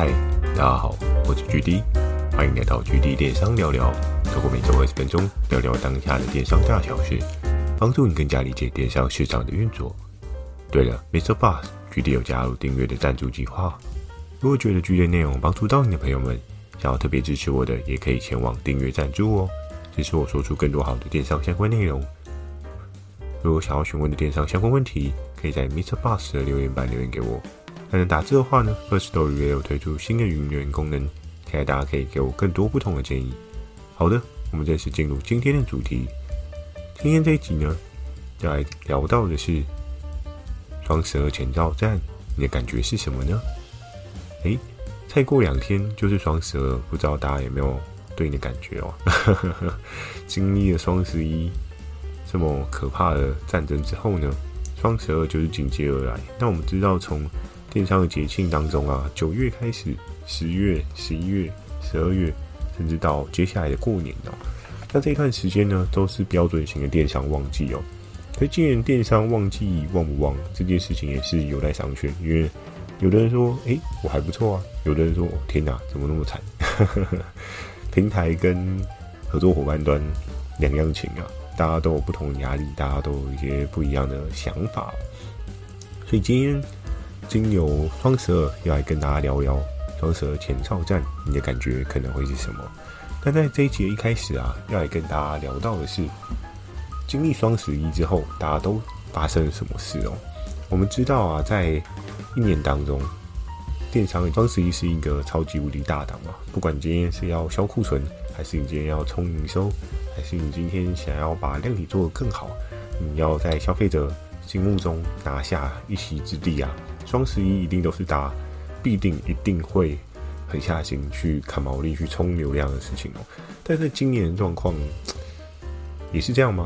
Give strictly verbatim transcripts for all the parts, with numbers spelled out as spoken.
嗨，大家好，我是 G D， 欢迎来到 G D 电商聊聊，透过每周二十分钟聊聊当下的电商大小事，帮助你更加理解电商市场的运作。对了 ，Mister Bus，G D 有加入订阅的赞助计划。如果觉得 G D 内容帮助到你的朋友们，想要特别支持我的，也可以前往订阅赞助哦，支持我说出更多好的电商相关内容。如果想要询问的电商相关问题，可以在 Mister Bus 的留言板留言给我。那能打字的话呢 ，Firstory 也有推出新的语音留言功能，期待大家可以给我更多不同的建议。好的，我们正式进入今天的主题。今天这一集呢，要来聊到的是双十二前哨战，你的感觉是什么呢？诶，再过两天就是双十二，不知道大家有没有对你的感觉哦？经历了双十一这么可怕的战争之后呢，双十二就是紧接而来。那我们知道，从电商的节庆当中啊，九月开始，十月、十一月、十二月，甚至到接下来的过年哦，那这一段时间呢，都是标准型的电商旺季哦。可是今年电商旺季旺不旺这件事情也是有待商榷，因为有的人说，诶，我还不错啊；有的人说，天哪，怎么那么惨？平台跟合作伙伴端两样情啊，大家都有不同的压力，大家都有一些不一样的想法。所以今天经由双十二要来跟大家聊聊双十二前哨战，你的感觉可能会是什么？但在这一集的一开始啊，要来跟大家聊到的是，经历双十一之后，大家都发生了什么事哦？我们知道啊，在一年当中，电商双十一是一个超级无敌大档嘛，不管今天是要销库存，还是你今天要冲营收，还是你今天想要把量体做得更好，你要在消费者心目中拿下一席之地啊！双十一一定都是大家必定一定会狠下心去砍毛利、去冲流量的事情哦。但是今年的状况也是这样吗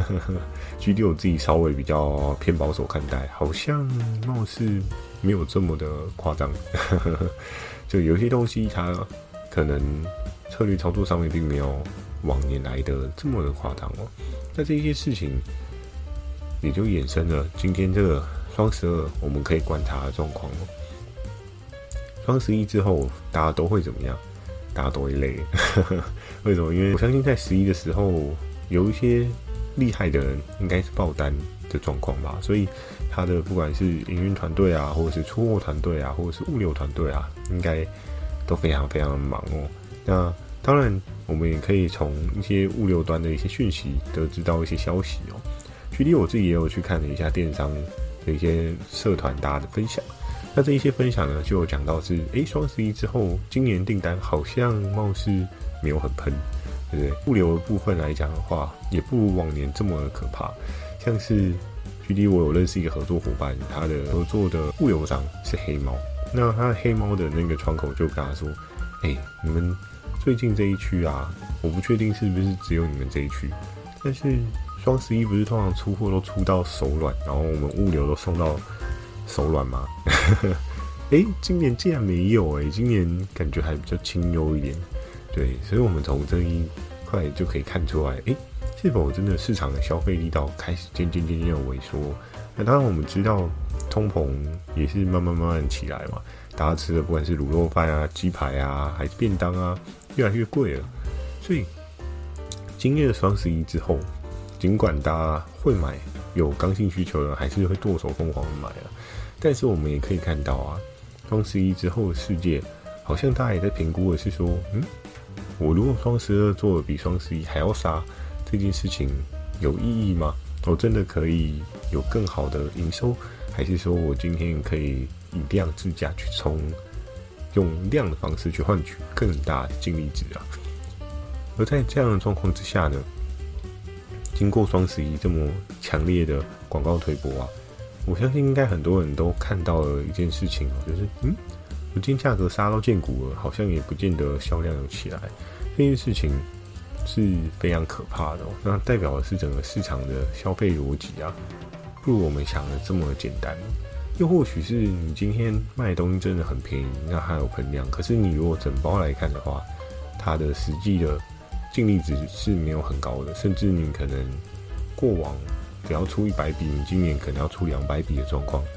？G D 我自己稍微比较偏保守看待，好像貌似没有这么的夸张。就有些东西它可能策略操作上面并没有往年来的这么的夸张哦。那这些事情也就衍生了今天这个双十二我们可以观察的状况哦。双十一之后大家都会怎么样？大家都会累。为什么？因为我相信在十一的时候有一些厉害的人应该是爆单的状况吧，所以他的不管是营运团队啊，或者是出货团队啊，或者是物流团队啊，应该都非常非常的忙哦。那当然我们也可以从一些物流端的一些讯息得知到一些消息哦。举例我自己也有去看了一下电商的一些社团大家的分享，那这一些分享呢就有讲到是，诶，双十一之后今年订单好像貌似没有很喷，对不对？物流的部分来讲的话，也不如往年这么的可怕。像是举例我有认识一个合作伙伴，他的合作的物流商是黑猫，那他的黑猫的那个窗口就跟他说，诶，你们最近这一区啊，我不确定是不是只有你们这一区，但是双十一不是通常出货都出到手软，然后我们物流都送到手软吗？诶，今年竟然没有诶，今年感觉还比较清幽一点。对，所以我们从这一块就可以看出来，诶，是否真的市场的消费力道开始渐渐渐渐的萎缩？那当然我们知道通膨也是慢慢慢慢起来嘛，大家吃的不管是卤肉饭啊、鸡排啊，还是便当啊，越来越贵了。所以经历了双十一之后，尽管大家会买，有刚性需求的还是会剁手疯狂的买啊，但是我们也可以看到啊，双十一之后的世界，好像大家也在评估的是说，嗯，我如果双十二做的比双十一还要杀，这件事情有意义吗？我真的可以有更好的营收，还是说我今天可以以量制价去冲，用量的方式去换取更大的净利值啊？而在这样的状况之下呢，经过双十一这么强烈的广告推播啊，我相信应该很多人都看到了一件事情，就是嗯，如今价格杀到见骨了，好像也不见得销量有起来，这件事情是非常可怕的哦。那代表的是整个市场的消费逻辑啊，不如我们想的这么简单。又或许是你今天卖的东西真的很便宜，那还有喷量，可是你如果整包来看的话，它的实际的净利值是没有很高的，甚至你可能过往只要出一百笔，你今年可能要出两百笔的状况，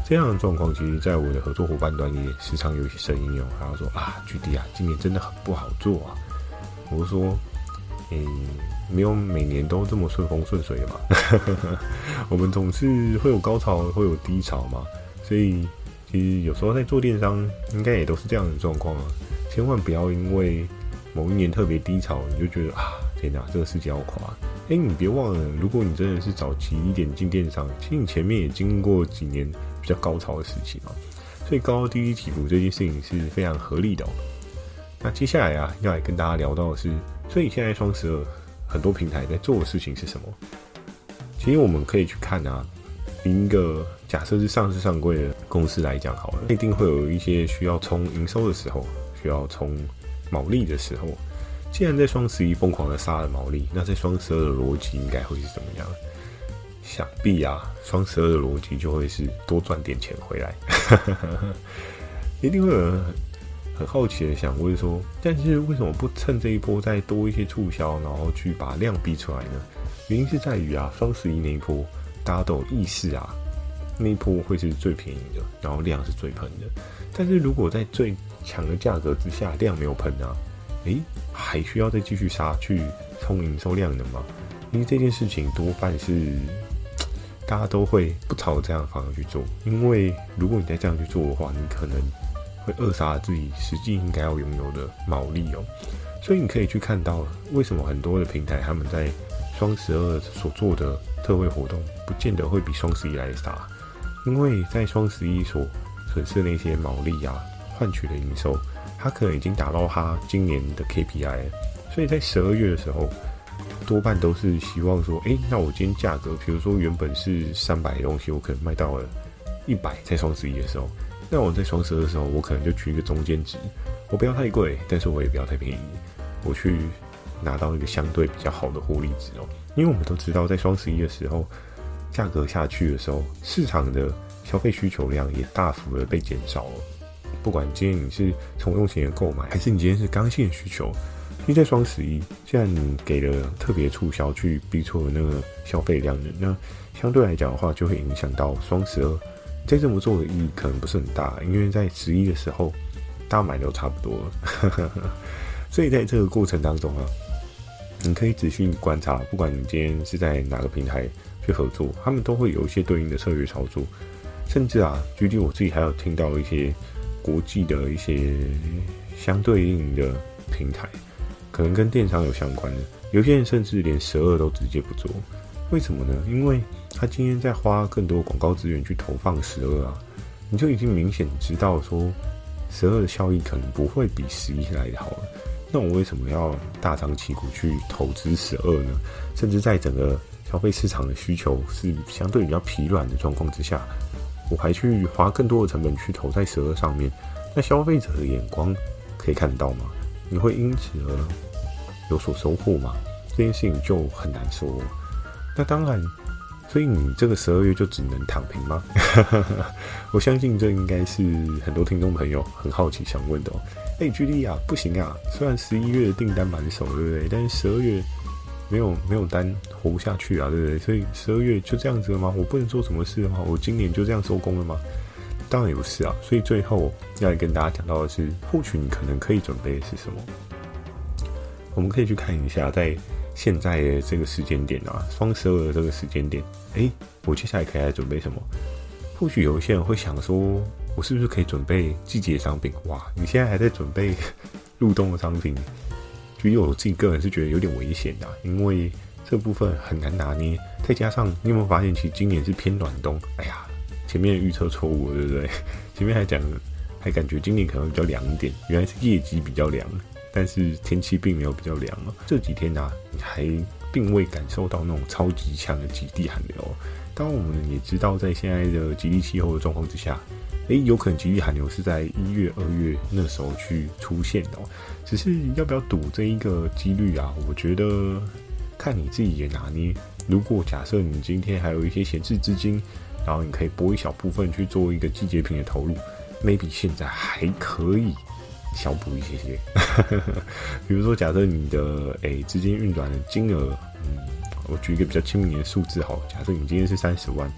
这样的状况，其实在我的合作伙伴端也时常有一些声音哦，他说啊 ，G D 啊，今年真的很不好做啊。我就说，诶、欸，没有每年都这么顺风顺水的嘛，我们总是会有高潮，会有低潮嘛，所以其实有时候在做电商，应该也都是这样的状况啊。千万不要因为某一年特别低潮，你就觉得啊，天哪，这个世界要垮。哎、欸，你别忘了，如果你真的是早期一点进电商，其实你前面也经过几年比较高潮的时期嘛，所以高高低低起伏这件事情是非常合理的哦。那接下来啊，要来跟大家聊到的是，所以现在双十二很多平台在做的事情是什么？其实我们可以去看啊，以一个假设是上市上柜的公司来讲好了，一定会有一些需要冲营收的时候，需要冲毛利的时候。既然在双十一疯狂的杀了毛利，那在双十二的逻辑应该会是怎么样？想必啊，双十二的逻辑就会是多赚点钱回来。一定会有人很好奇的想问说，但是为什么不趁这一波再多一些促销，然后去把量逼出来呢？原因是在于啊，双十一那一波大家都有意识啊，那一波会是最便宜的，然后量是最喷的。但是如果在最强的价格之下，量没有喷啊，诶，还需要再继续杀去冲营收量的吗？因为这件事情多半是大家都会不朝这样的方向去做，因为如果你再这样去做的话，你可能会扼杀自己实际应该要拥有的毛利哦。所以你可以去看到为什么很多的平台他们在双十二所做的特惠活动不见得会比双十一来的杀，因为在双十一所损失的那些毛利啊，换取的营收，它可能已经达到它今年的 K P I 了。所以在十二月的时候，多半都是希望说，诶，那我今天价格，比如说原本是三百的东西，我可能卖到了一百，在双十一的时候，那我在双十二的时候，我可能就取一个中间值，我不要太贵，但是我也不要太便宜，我去拿到一个相对比较好的获利值哦。因为我们都知道，在双十一的时候，价格下去的时候，市场的消费需求量也大幅的被减少了。不管今天你是冲动型的购买，还是你今天是刚性的需求，因为在双十一，既然你给了特别促销去逼出了那个消费量的，那相对来讲的话，就会影响到双十二。再这么做的意义可能不是很大，因为在十一的时候，大家买的都差不多了。所以在这个过程当中啊，你可以仔细观察，不管你今天是在哪个平台去合作，他们都会有一些对应的策略操作。甚至啊，举例我自己还有听到一些国际的一些相对应的平台，可能跟电商有相关的，有些人甚至连十二都直接不做。为什么呢？因为他今天在花更多广告资源去投放十二啊，你就已经明显知道说十二的效益可能不会比十一来的好了。那我为什么要大张旗鼓去投资十二呢？甚至在整个消费市场的需求是相对比较疲软的状况之下，我还去花更多的成本去投在十二上面，那消费者的眼光可以看到吗？你会因此而有所收获吗？这件事情就很难说哦。那当然，所以你这个十二月就只能躺平吗？我相信这应该是很多听众朋友很好奇想问的哦。哎、欸，举例啊，不行啊，虽然十一月的订单满手，对不对？但是十二月没有没有单活不下去啊，对不对？所以十二月就这样子了吗？我不能做什么事了吗？我今年就这样收工了吗？当然也不是啊。所以最后要来跟大家讲到的是，或许你可能可以准备的是什么？我们可以去看一下，在现在的这个时间点啊，双十二的这个时间点，哎，我接下来可以来准备什么？或许有一些人会想说，我是不是可以准备季节商品？哇，你现在还在准备入冬的商品？举例我自己个人是觉得有点危险的、啊，因为这部分很难拿捏。再加上你有没有发现，其实今年是偏暖冬？哎呀，前面预测错误了，对不对？前面还讲，还感觉今年可能比较凉一点，原来是业绩比较凉。但是天气并没有比较凉了，这几天啊，你还并未感受到那种超级强的极地寒流。当然，我们也知道，在现在的极地气候的状况之下，诶，有可能极地寒流是在一月、二月那时候去出现的哦。只是要不要赌这一个几率啊？我觉得看你自己也拿捏。如果假设你今天还有一些闲置资金，然后你可以拨一小部分去做一个季节品的投入 ，maybe 现在还可以小补一些些，比如说，假设你的诶资金运转的金额，嗯，我举一个比较亲民的数字好，假设你今天是三十万，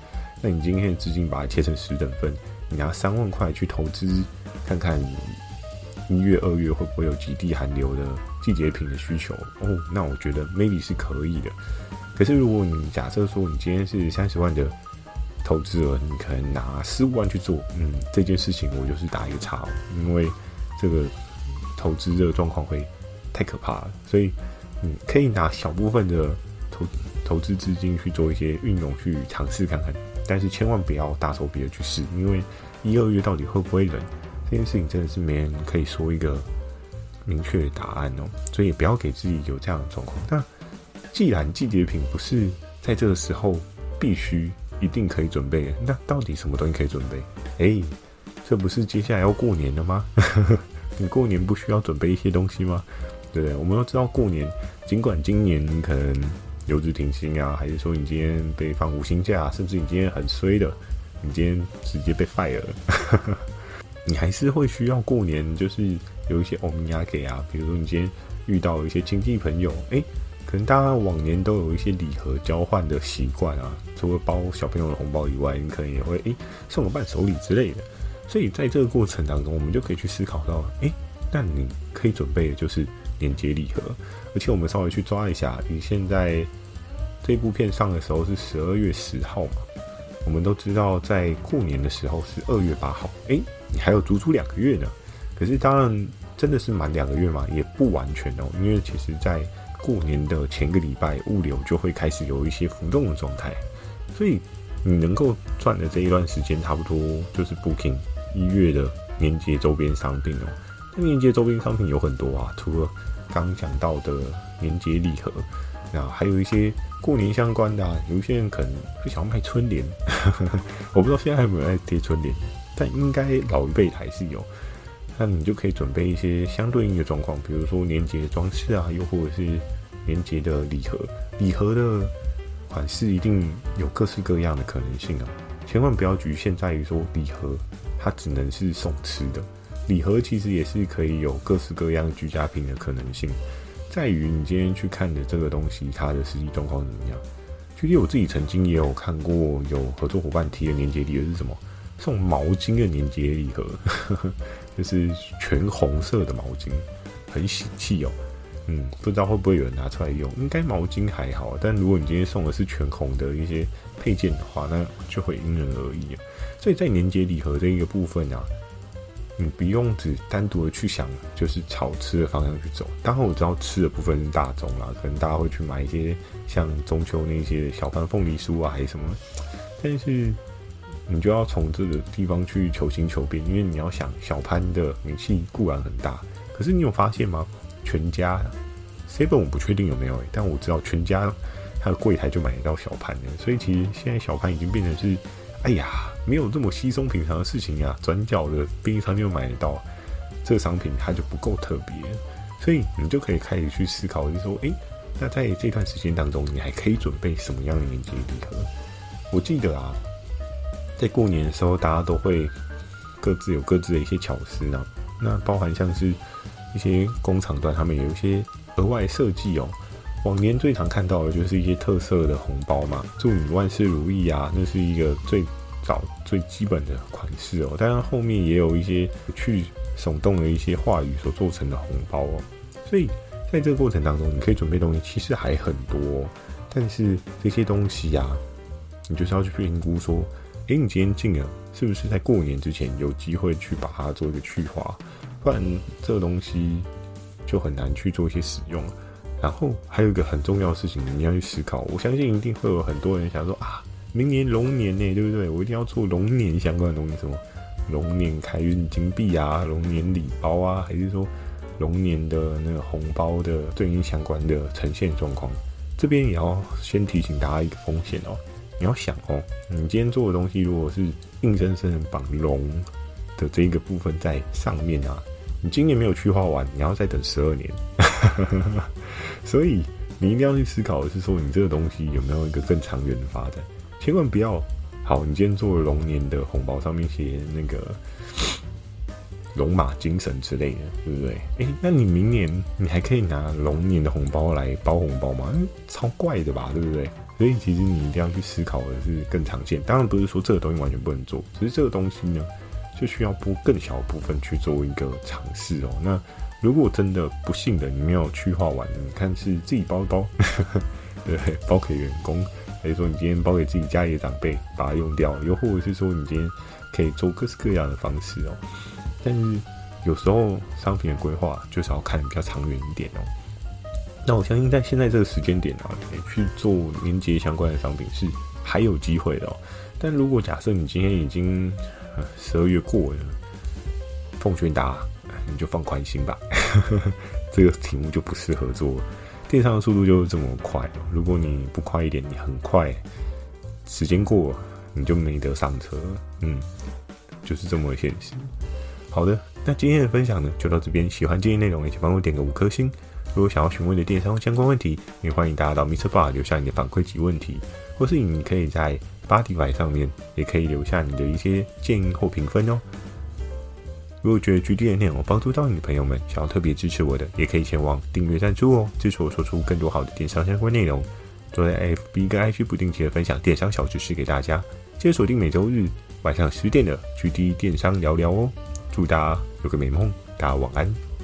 那你今天的资金把它切成十等份，你拿三万块去投资，看看一月、二月会不会有极地寒流的季节品的需求哦？那我觉得 maybe 是可以的。可是如果你假设说你今天是三十万的投资额，你可能拿十五万去做，嗯，这件事情我就是打一个叉哦，因为这个投资这个状况会太可怕了。所以，嗯，可以拿小部分的投投资资金去做一些运用，去尝试看看，但是千万不要大手笔的去试，因为一、二月到底会不会冷，这件事情真的是没人可以说一个明确的答案哦。所以也不要给自己有这样的状况。那既然季节品不是在这个时候必须一定可以准备的，那到底什么东西可以准备？哎、欸，这不是接下来要过年了吗？你过年不需要准备一些东西吗？对不对？我们都知道过年，尽管今年你可能留职停薪啊，还是说你今天被放五星假，甚至你今天很衰的，你今天直接被 fire 了，你还是会需要过年，就是有一些欧米亚给啊，比如说你今天遇到一些亲戚朋友，哎、欸。可能大家往年都有一些礼盒交换的习惯啊，除了包小朋友的红包以外，你可能也会诶、欸、送个伴手礼之类的。所以在这个过程当中，我们就可以去思考到，诶、欸，那你可以准备的就是年节礼盒。而且我们稍微去抓一下，以现在这部片上的时候是十二月十号嘛，我们都知道在过年的时候是二月八号，诶、欸，你还有足足两个月呢。可是当然真的是满两个月嘛，也不完全哦，因为其实在过年的前个礼拜，物流就会开始有一些浮动的状态，所以你能够赚的这一段时间，差不多就是 Booking 一月的年节周边商品哦。那年节周边商品有很多啊，除了刚讲到的年节礼盒，那还有一些过年相关的啊，有一些人可能会想要卖春联，我不知道现在还有没有在贴春联，但应该老一辈还是有。那你就可以准备一些相对应的状况，比如说年节的装饰啊，又或者是年节的礼盒。礼盒的款式一定有各式各样的可能性啊，千万不要局限在于说礼盒它只能是送吃的，礼盒其实也是可以有各式各样居家品的可能性，在于你今天去看的这个东西它的实际状况怎么样。其实我自己曾经也有看过有合作伙伴提的年节礼盒是什么，送毛巾的年节礼盒，就是全红色的毛巾，很喜气哦。嗯，不知道会不会有人拿出来用？应该毛巾还好，但如果你今天送的是全红的一些配件的话，那就会因人而异啊。所以在年节礼盒这一个部分啊，你不用只单独的去想，就是朝吃的方向去走。当然我知道吃的部分是大众啦，可能大家会去买一些像中秋那些小盘凤梨酥啊，还是什么，但是你就要从这个地方去求新求变，因为你要想小潘的名气固然很大，可是你有发现吗？全家 seven 我不确定有没有、欸、但我知道全家它的柜台就买得到小潘了，所以其实现在小潘已经变成是，哎呀，没有这么稀松平常的事情啊，转角的便利商店就买得到，这个商品它就不够特别，所以你就可以开始去思考，就是说，哎、欸，那在这段时间当中，你还可以准备什么样的年节礼盒？我记得啊。在过年的时候，大家都会各自有各自的一些巧思呢。那包含像是一些工厂端，他们有一些额外设计哦。往年最常看到的就是一些特色的红包嘛，祝你万事如意啊，那是一个最早最基本的款式哦。当然后面也有一些去耸动的一些话语所做成的红包哦。所以在这个过程当中，你可以准备东西其实还很多哦，但是这些东西啊，你就是要去评估说。哎、欸，你今天进了，是不是在过年之前有机会去把它做一个去化？不然这个东西就很难去做一些使用。然后还有一个很重要的事情，你要去思考。我相信一定会有很多人想说啊，明年龙年呢，对不对？我一定要做龙年相关的东西，什么龙年开运金币啊，龙年礼包啊，还是说龙年的那个红包的对应相关的呈现状况？这边也要先提醒大家一个风险哦。你要想哦，你今天做的东西如果是硬生生的绑龙的这一个部分在上面啊，你今年没有去化完，你要再等十二年，所以你一定要去思考的是说，你这个东西有没有一个更长远的发展，千万不要。好，你今天做了龙年的红包，上面写那个龙马精神之类的，对不对？哎，那你明年你还可以拿龙年的红包来包红包吗？超怪的吧，对不对？所以其实你一定要去思考的是更常见。当然不是说这个东西完全不能做，只是这个东西呢，就需要拨更小的部分去做一个尝试哦。那如果真的不幸的你没有去化完，你看是自己包一包，对，包给员工，还是说你今天包给自己家里的长辈把它用掉，又或者是说你今天可以做各式各样的方式哦。但是有时候商品的规划就是要看比较长远一点哦。那我相信在现在这个时间点啊，去做连结相关的商品是还有机会的哦。但如果假设你今天已经十二月过了，奉劝大家你就放宽心吧，这个题目就不适合做。电商的速度就是这么快哦，如果你不快一点，你很快时间过了，你就没得上车，嗯，就是这么现实。好的，那今天的分享呢就到这边。喜欢今天内容，也请帮我点个五颗星。如果想要询问的电商相关问题，也欢迎大家到 Mister Bar 留下你的反馈及问题，或是你可以在 Spotify 上面也可以留下你的一些建议或评分哦。如果觉得 G D 的内容帮助到你的朋友们，想要特别支持我的，也可以前往订阅赞助哦，支持我说出更多好的电商相关内容。都在 F B 跟 I G 不定期的分享电商小知识给大家，记得锁定每周日晚上十点的 G D 电商聊聊哦。祝大家有个美梦，大家晚安。